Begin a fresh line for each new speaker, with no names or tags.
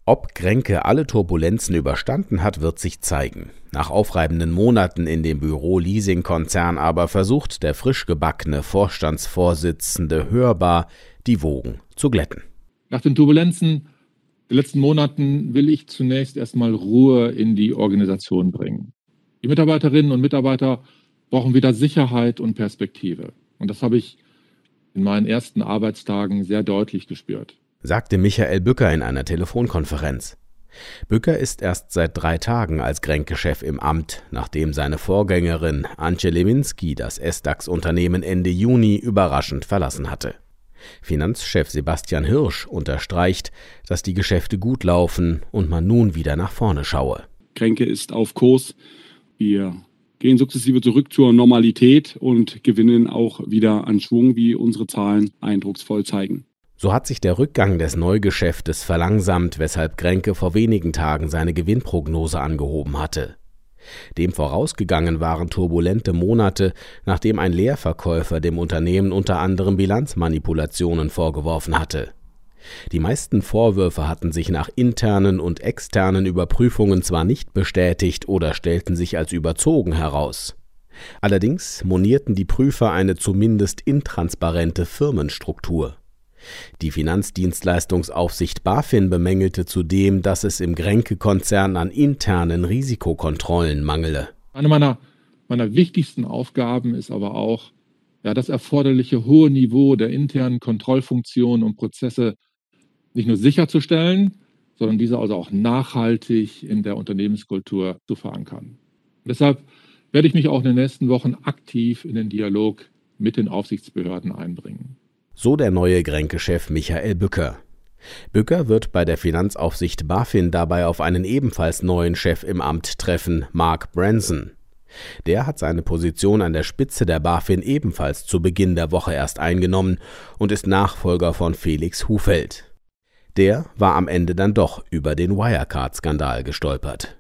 Ob Grenke alle Turbulenzen überstanden hat, wird sich zeigen. Nach aufreibenden Monaten in dem Büro-Leasing-Konzern aber versucht der frisch gebackene Vorstandsvorsitzende hörbar, die Wogen zu glätten.
Nach den Turbulenzen der letzten Monaten will ich zunächst erstmal Ruhe in die Organisation bringen. Die Mitarbeiterinnen und Mitarbeiter brauchen wieder Sicherheit und Perspektive. Und das habe ich in meinen ersten Arbeitstagen sehr deutlich gespürt,
sagte Michael Bücker in einer Telefonkonferenz. Bücker ist erst seit 3 Tagen als Grenke-Chef im Amt, nachdem seine Vorgängerin Antje Lewinsky das SDAX-Unternehmen Ende Juni überraschend verlassen hatte. Finanzchef Sebastian Hirsch unterstreicht, dass die Geschäfte gut laufen und man nun wieder nach vorne schaue.
Grenke ist auf Kurs. Wir gehen sukzessive zurück zur Normalität und gewinnen auch wieder an Schwung, wie unsere Zahlen eindrucksvoll zeigen.
So hat sich der Rückgang des Neugeschäftes verlangsamt, weshalb Grenke vor wenigen Tagen seine Gewinnprognose angehoben hatte. Dem vorausgegangen waren turbulente Monate, nachdem ein Leerverkäufer dem Unternehmen unter anderem Bilanzmanipulationen vorgeworfen hatte. Die meisten Vorwürfe hatten sich nach internen und externen Überprüfungen zwar nicht bestätigt oder stellten sich als überzogen heraus. Allerdings monierten die Prüfer eine zumindest intransparente Firmenstruktur. Die Finanzdienstleistungsaufsicht BaFin bemängelte zudem, dass es im Grenke-Konzern an internen Risikokontrollen mangele.
Eine meiner wichtigsten Aufgaben ist aber auch, das erforderliche hohe Niveau der internen Kontrollfunktionen und Prozesse nicht nur sicherzustellen, sondern diese also auch nachhaltig in der Unternehmenskultur zu verankern. Und deshalb werde ich mich auch in den nächsten Wochen aktiv in den Dialog mit den Aufsichtsbehörden einbringen.
So der neue Grenke-Chef Michael Bücker. Bücker wird bei der Finanzaufsicht BaFin dabei auf einen ebenfalls neuen Chef im Amt treffen, Mark Branson. Der hat seine Position an der Spitze der BaFin ebenfalls zu Beginn der Woche erst eingenommen und ist Nachfolger von Felix Hufeld. Der war am Ende dann doch über den Wirecard-Skandal gestolpert.